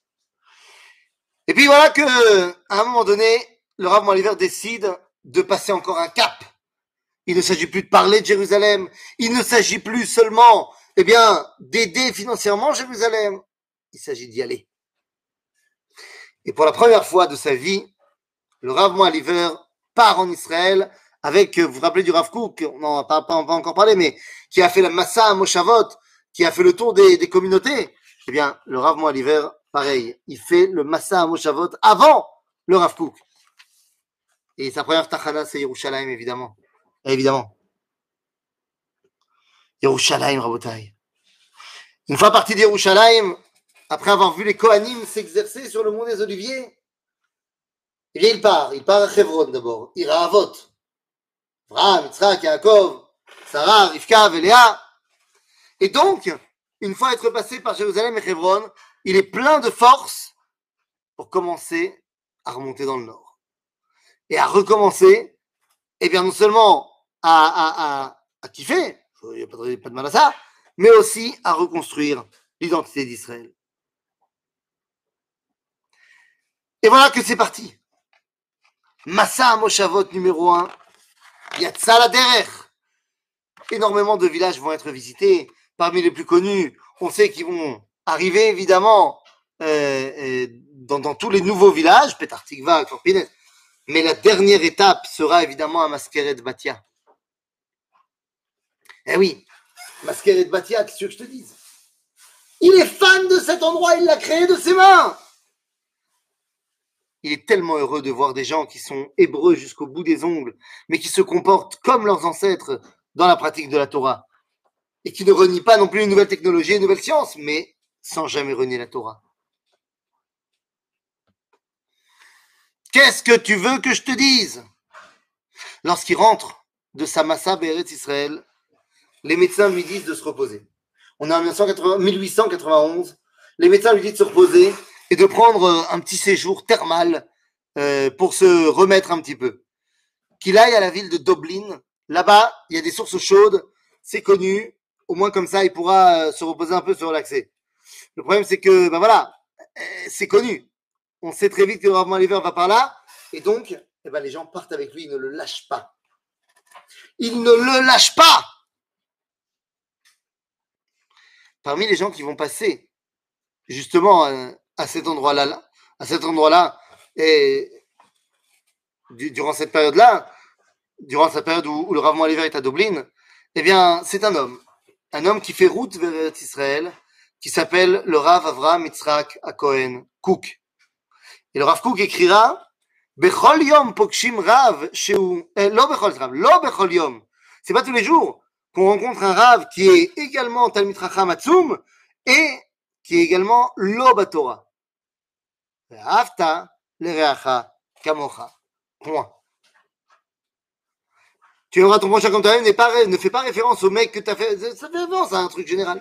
Et puis voilà que, à un moment donné, le Rav Moaliver décide de passer encore un cap. Il ne s'agit plus de parler de Jérusalem. Il ne s'agit plus seulement, d'aider financièrement Jérusalem. Il s'agit d'y aller. Et pour la première fois de sa vie, le Rav Moaliver part en Israël avec, vous vous rappelez du Rav Kook, on n'en a pas encore parlé, mais qui a fait la Massa à Moshavot, qui a fait le tour des communautés. Eh bien, le Rav Moaliver, pareil, il fait le Massa à Moshavot avant le Rav Kook. Et sa première tachana, c'est Yerushalayim, évidemment. Évidemment. Yerushalayim, Rabotai. Une fois parti d'Yerushalayim, après avoir vu les Kohanim s'exercer sur le mont des Oliviers, eh bien, il part à Hebron d'abord, Ira Avot. Abraham, Yitzhak, Yaakov, Sarah, Rivka, Léa. Et donc, une fois être passé par Jérusalem et Hebron, il est plein de force pour commencer à remonter dans le nord. Et à recommencer, eh bien, non seulement à kiffer, il n'y a pas de mal à ça, mais aussi à reconstruire l'identité d'Israël. Et voilà que c'est parti. Massa Moshavot numéro 1, Yatsa la Derech. Énormément de villages vont être visités. Parmi les plus connus, on sait qu'ils vont arriver évidemment dans tous les nouveaux villages, Petar Tikva, Korpinet. Mais la dernière étape sera évidemment à Maskeret Batia. Eh oui, Maskeret Batia, qu'est-ce que je te dise? Il est fan de cet endroit, il l'a créé de ses mains. Il est tellement heureux de voir des gens qui sont hébreux jusqu'au bout des ongles, mais qui se comportent comme leurs ancêtres dans la pratique de la Torah. Et qui ne renient pas non plus une nouvelle technologie, une nouvelle science, mais sans jamais renier la Torah. Qu'est-ce que tu veux que je te dise? Lorsqu'il rentre de sa Massa Be'eretz Israël, les médecins lui disent de se reposer. On est en 1891, les médecins lui disent de se reposer et de prendre un petit séjour thermal pour se remettre un petit peu. Qu'il aille à la ville de Dublin. Là-bas, il y a des sources chaudes, c'est connu. Au moins comme ça, il pourra se reposer un peu, se relaxer. Le problème, c'est que, c'est connu. On sait très vite que le Rav Moaliver va par là. Et donc, les gens partent avec lui, ils ne le lâchent pas. Ils ne le lâchent pas. Parmi les gens qui vont passer justement à cet endroit-là, et durant cette période-là, durant cette période où le Rav Moaliver est à Dublin, eh bien, c'est un homme qui fait route vers Israël, qui s'appelle le Rav Avraham Yitzhak Cohen Kook. Et le Rav Kook écrira Bechol Yom Pokshim Rav Sheu Lo Bechol Yom. C'est pas tous les jours qu'on rencontre un Rav qui est également Talmid Chacham Atzum et qui est également Lo Batorah. Ve'afta lereacha kamocha. Point. Tu aimeras ton prochain comme toi-même, ne fais pas référence au mec que tu as fait. Ça fait référence à un truc général.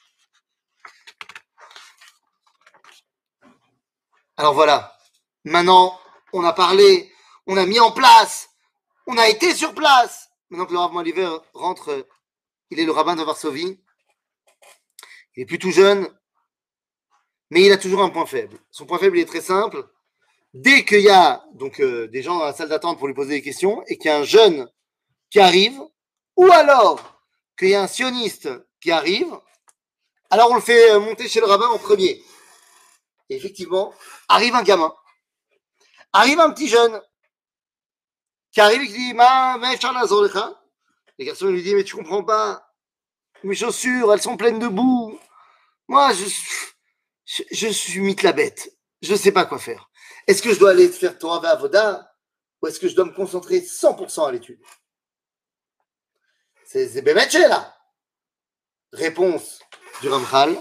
Alors voilà. Maintenant, on a parlé, on a mis en place, on a été sur place. Maintenant que le Rav Moaliver rentre, il est le rabbin de Varsovie. Il est plus tout jeune, mais il a toujours un point faible. Son point faible, il est très simple. Dès qu'il y a donc des gens dans la salle d'attente pour lui poser des questions et qu'il y a un jeune qui arrive, ou alors qu'il y a un sioniste qui arrive, alors on le fait monter chez le rabbin en premier. Et effectivement, arrive un gamin, arrive un petit jeune, qui arrive et qui dit, les garçons lui disent, mais tu comprends pas, mes chaussures, elles sont pleines de boue. Moi, je suis mythe la bête. Je sais pas quoi faire. Est-ce que je dois aller faire Torah Avoda ou est-ce que je dois me concentrer 100% à l'étude? C'est Bémet là. Réponse du Ramchal.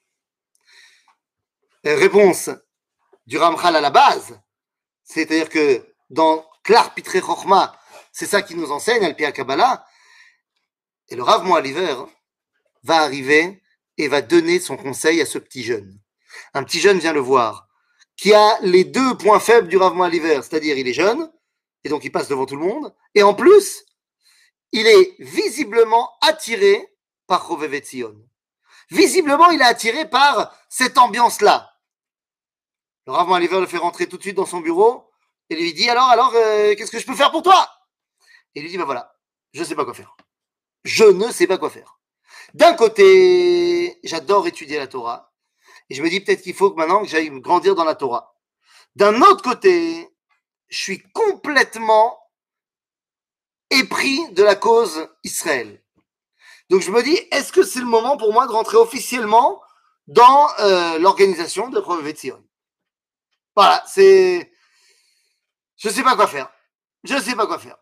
Réponse du Ramchal à la base. C'est-à-dire que dans Klar Pitre Chochma, c'est ça qui nous enseigne, Al-Pia Kabbalah. Et le Rav Moaliver va arriver et va donner son conseil à ce petit jeune. Un petit jeune vient le voir, qui a les deux points faibles du Rav Moaliver, c'est-à-dire il est jeune, et donc il passe devant tout le monde, et en plus, il est visiblement attiré par Chovevet Zion. Visiblement, il est attiré par cette ambiance-là. Le Rav Moaliver le fait rentrer tout de suite dans son bureau, et lui dit, alors, qu'est-ce que je peux faire pour toi? Et il lui dit, ben voilà, je ne sais pas quoi faire. Je ne sais pas quoi faire. D'un côté, j'adore étudier la Torah. Et je me dis peut-être qu'il faut que maintenant que j'aille grandir dans la Torah. D'un autre côté, je suis complètement épris de la cause Israël. Donc je me dis, est-ce que c'est le moment pour moi de rentrer officiellement dans l'organisation de Chovevet Zion? Voilà, c'est... Je ne sais pas quoi faire. Je ne sais pas quoi faire.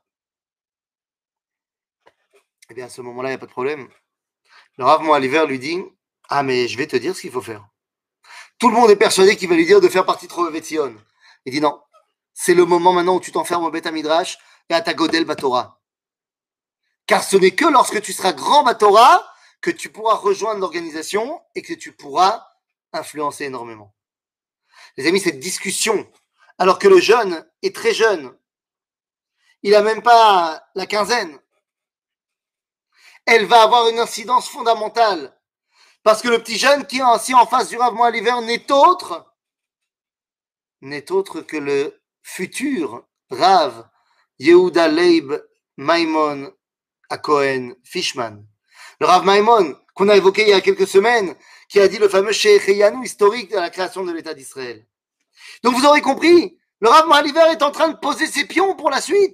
Eh bien, à ce moment-là, il n'y a pas de problème. Le Rav Moaliver lui dit, ah, mais je vais te dire ce qu'il faut faire. Tout le monde est persuadé qu'il va lui dire de faire partie de Chovevet Zion. Il dit non, c'est le moment maintenant où tu t'enfermes au Beth Midrash et à ta Godel Batora. Car ce n'est que lorsque tu seras grand Batora que tu pourras rejoindre l'organisation et que tu pourras influencer énormément. Les amis, cette discussion, alors que le jeune est très jeune, il n'a même pas la quinzaine, elle va avoir une incidence fondamentale. Parce que le petit jeune qui est assis en face du Rav Moaliver n'est autre que le futur Rav Yehuda Leib Maimon à Cohen Fishman. Le Rav Maimon, qu'on a évoqué il y a quelques semaines, qui a dit le fameux Sheikh historique de la création de l'État d'Israël. Donc vous aurez compris, le Rav Moaliver est en train de poser ses pions pour la suite.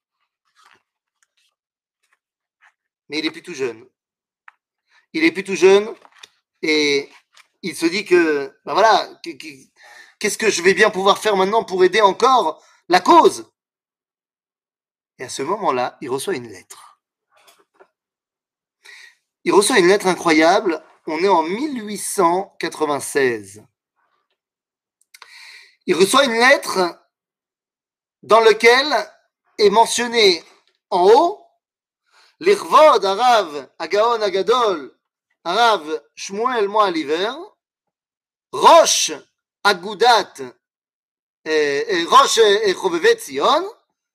Mais il est plus tout jeune. Il est plus tout jeune et il se dit que, ben voilà, qu'est-ce que je vais bien pouvoir faire maintenant pour aider encore la cause? Et à ce moment-là, il reçoit une lettre. Il reçoit une lettre incroyable. On est en 1896. Il reçoit une lettre dans laquelle est mentionné en haut l'Irvod Arav Agaon Agadol Arav Shmuel Moaliver Rosh Agudat Rosh Chovevet Zion.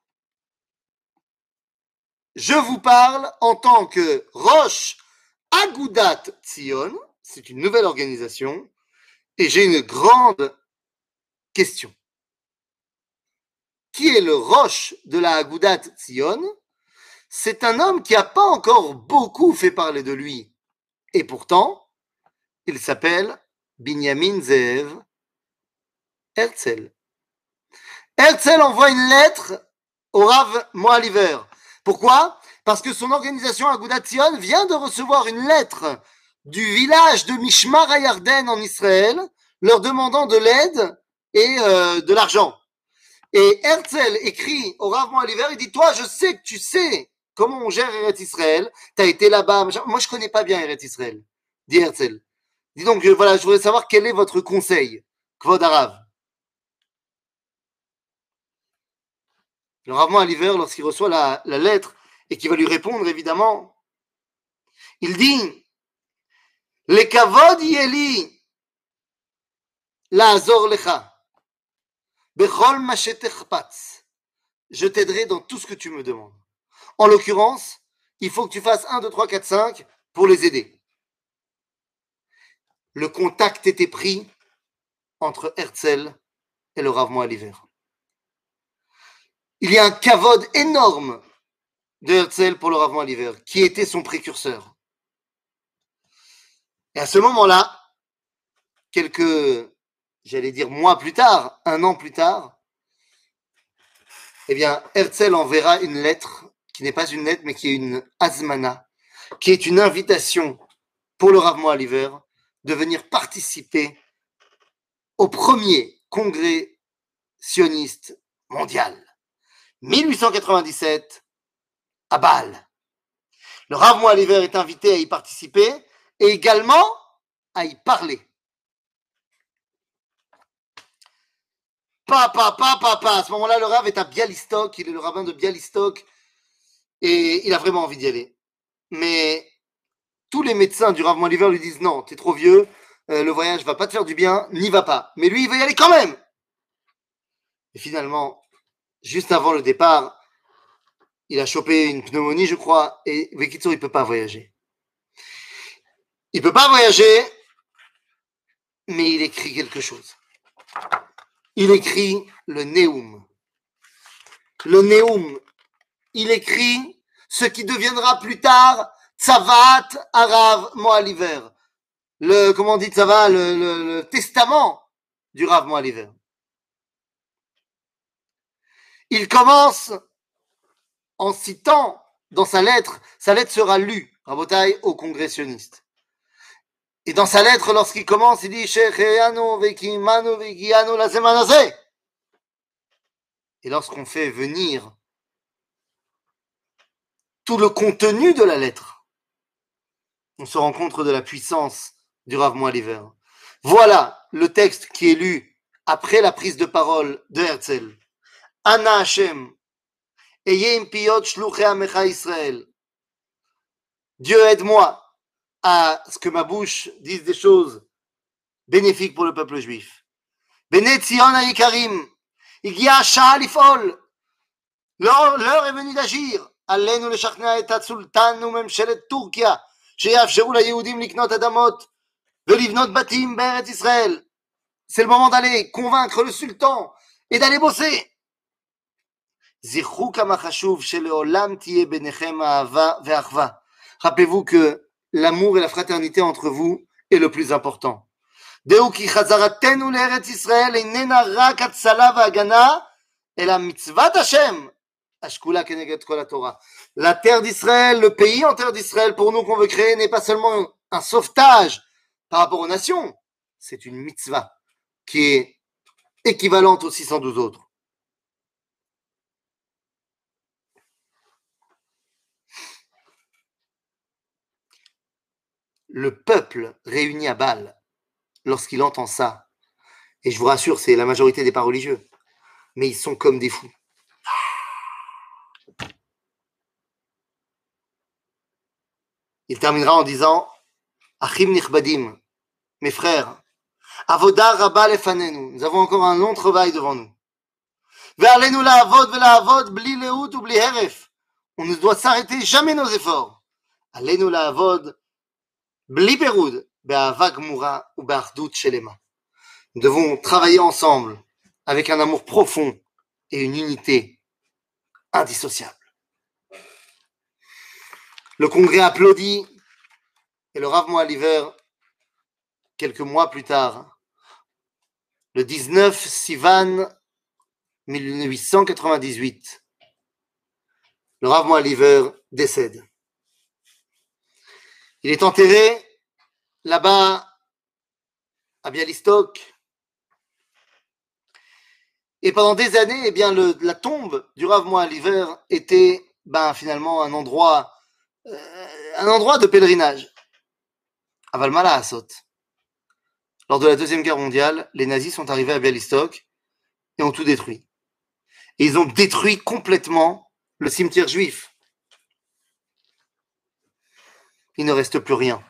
Je vous parle en tant que Rosh Agudat Zion, c'est une nouvelle organisation, et j'ai une grande question. Qui est le Rosh de la Agudat Zion? C'est un homme qui n'a pas encore beaucoup fait parler de lui, et pourtant, il s'appelle Binyamin Zeev Herzl. Herzl envoie une lettre au Rav Moaliver. Pourquoi? Parce que son organisation Agudat Zion vient de recevoir une lettre du village de Mishmar HaYarden en Israël, leur demandant de l'aide et de l'argent. Et Herzl écrit au Rav Moaliver, il dit, toi, je sais que tu sais comment on gère Eretz Israël, tu as été là-bas, moi je connais pas bien Eretz Israël, dit Herzl. Dis donc, voilà, je voudrais savoir quel est votre conseil, Kvod Arav. Le Rav Moaliver, lorsqu'il reçoit la lettre et qu'il va lui répondre, évidemment, il dit, le kavod yeli la'azor lecha bechol ma shetechpatz. Je t'aiderai dans tout ce que tu me demandes. En l'occurrence, il faut que tu fasses 1, 2, 3, 4, 5 pour les aider. Le contact était pris entre Herzl et le Rav Moaliver. Il y a un kavod énorme de Herzl pour le Rav Moaliver, qui était son précurseur. Et à ce moment-là, quelques j'allais dire mois plus tard, un an plus tard, eh bien, Herzl enverra une lettre, qui n'est pas une lettre, mais qui est une azmana, qui est une invitation pour le Rav Moaliver de venir participer au premier congrès sioniste mondial, 1897, à Bâle. Le Rav Moaliver est invité à y participer et également à y parler. Papa, à ce moment-là, le Rav est à Bialystok, il est le rabbin de Bialystok, et il a vraiment envie d'y aller. Mais tous les médecins du Rav Moaliver lui disent non, t'es trop vieux, le voyage va pas te faire du bien, n'y va pas. Mais lui, il veut y aller quand même. Et finalement, juste avant le départ, il a chopé une pneumonie, je crois, et Bekitsour, il peut pas voyager. Il peut pas voyager, mais il écrit quelque chose. Il écrit le Neum. Le Neum. Il écrit ce qui deviendra plus tard Tzavat Harav Moaliver. Comment on dit Tzava, le testament du Rav Moaliver. Il commence en citant dans sa lettre sera lue, Rabotai, au congressionniste. Et dans sa lettre, lorsqu'il commence, il dit et lorsqu'on fait venir tout le contenu de la lettre, on se rend compte de la puissance du Rav Moaliver. Voilà le texte qui est lu après la prise de parole de Herzl. Ana Hashem, Eye impiyot shluchei amecha Israël. Dieu aide-moi à ce que ma bouche dise des choses bénéfiques pour le peuple juif. Bnei Tzion haikarim, higia hasha'ah lif'ol. L'heure est venue d'agir. עלינו לשכנע את הסולטן וממשלת טורקיה שיאפשרו ליהודים לקנות אדמות ולבנות בתים בארץ ישראל. C'est le moment d'aller convaincre le sultan et d'aller bosser. זכרו כמה חשוב שלעולם תהיה ביניכם אהבה ואחווה. Rappelez-vous que l'amour et la fraternité entre vous est le plus important. דעו כי חזרתנו לארץ ישראל איננה רק הצלה והגנה, אלא מצוות השם. La terre d'Israël, le pays en terre d'Israël, pour nous qu'on veut créer, n'est pas seulement un sauvetage par rapport aux nations, c'est une mitzvah qui est équivalente aux 612 autres. Le peuple réuni à Bâle, lorsqu'il entend ça, et je vous rassure, c'est la majorité des pas religieux, mais ils sont comme des fous. Il terminera en disant Achim nichbadim, mes frères, avoda rabba lefanenu, nous avons encore un long travail devant nous. Ve'alenu la'avod ve'la'avod bli leut ou bli heref, on ne doit s'arrêter jamais nos efforts. Alenu la'avod bli perud be'ahava gmura ou be'achdut shelema. Nous devons travailler ensemble avec un amour profond et une unité indissociable. Le congrès applaudit et le Rav Moaliver, quelques mois plus tard, le 19 Sivan 1898, le Rav Moaliver décède. Il est enterré là-bas à Bialystok. Et pendant des années, eh bien, la tombe du Rav Moaliver était finalement un endroit de pèlerinage. Aval ma la'asot. Lors de la Deuxième Guerre mondiale, les nazis sont arrivés à Bialystok et ont tout détruit. Et ils ont détruit complètement le cimetière juif. Il ne reste plus rien.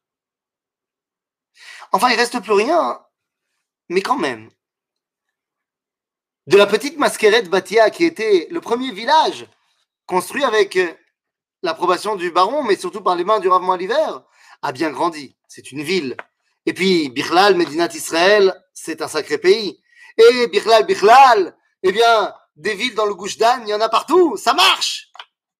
Enfin, il ne reste plus rien, mais quand même. De la petite Masquerette Batia, qui était le premier village construit avec l'approbation du baron, mais surtout par les mains du Rav Moaliver, a bien grandi. C'est une ville. Et puis, Bichlal, Medinat Israël, c'est un sacré pays. Et Bichlal, eh bien, des villes dans le Gush Dan, il y en a partout. Ça marche!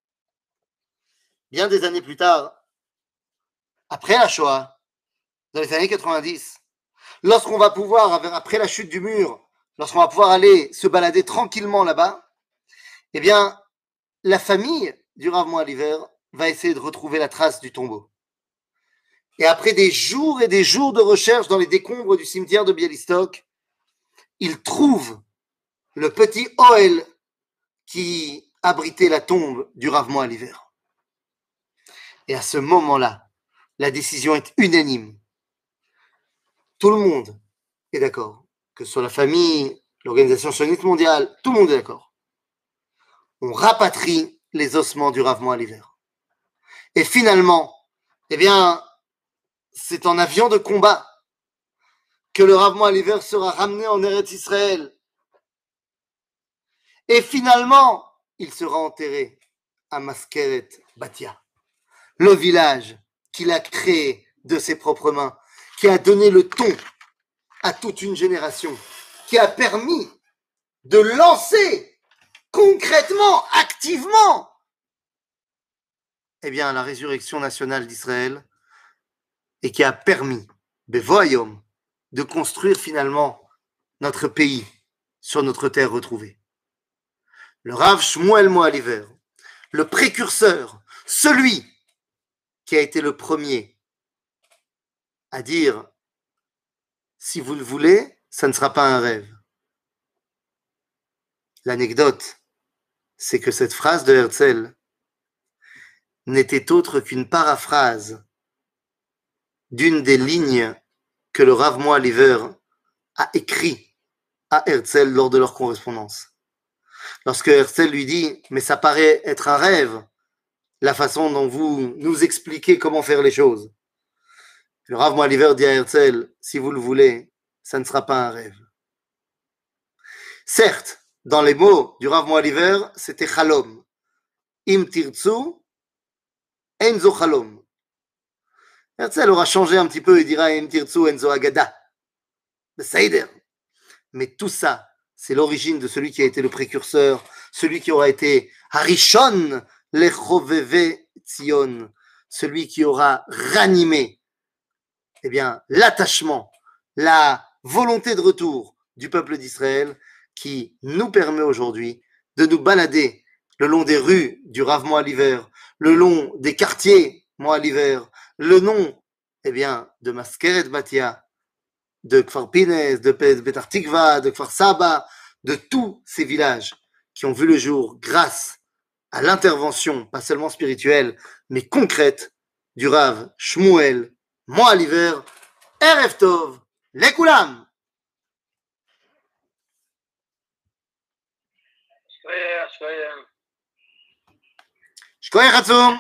Bien des années plus tard, après la Shoah, dans les années 90, lorsqu'on va pouvoir, après la chute du mur, lorsqu'on va pouvoir aller se balader tranquillement là-bas, eh bien, la famille du Rav Moaliver va essayer de retrouver la trace du tombeau. Et après des jours et des jours de recherche dans les décombres du cimetière de Bialystok, ils trouvent le petit Ohel qui abritait la tombe du Rav Moaliver. Et à ce moment-là, la décision est unanime. Tout le monde est d'accord, que ce soit la famille, l'Organisation sioniste mondiale, tout le monde est d'accord. On rapatrie les ossements du Rav Moaliver. Et finalement, eh bien, c'est en avion de combat que le Rav Moaliver sera ramené en Eretz Israël. Et finalement, il sera enterré à Maskeret Batia, le village qu'il a créé de ses propres mains, qui a donné le ton à toute une génération, qui a permis de lancer concrètement, activement, eh bien, la résurrection nationale d'Israël, et qui a permis, Bevoyom, de construire finalement notre pays sur notre terre retrouvée. Le Rav Shmuel Moaliver, le précurseur, celui qui a été le premier à dire « Si vous le voulez, ça ne sera pas un rêve ». L'anecdote, c'est que cette phrase de Herzl n'était autre qu'une paraphrase d'une des lignes que le Rav Moaliver a écrit à Herzl lors de leur correspondance. Lorsque Herzl lui dit « Mais ça paraît être un rêve, la façon dont vous nous expliquez comment faire les choses ». Le Rav Moaliver dit à Herzl « Si vous le voulez, ça ne sera pas un rêve ». Certes, dans les mots du Rav Moaliver, c'était « Chalom ». Im tirtsu, enzo chalom. Herzl aura changé un petit peu et dira Im tirtsu, enzo agada. Mais tout ça, c'est l'origine de celui qui a été le précurseur, celui qui aura été Harishon lechoveve Tzion, celui qui aura ranimé eh bien, l'attachement, la volonté de retour du peuple d'Israël qui nous permet aujourd'hui de nous balader le long des rues du Rav Moaliver, le long des quartiers Moaliver, le nom eh bien, de Maskeret Batia, de Kfar Pines, de Betar Tikva, de Kfar Saba, de tous ces villages qui ont vu le jour grâce à l'intervention, pas seulement spirituelle, mais concrète, du Rav Shmuel Moaliver. Erev Tov, Lekulam. Shkoyach Hatzum.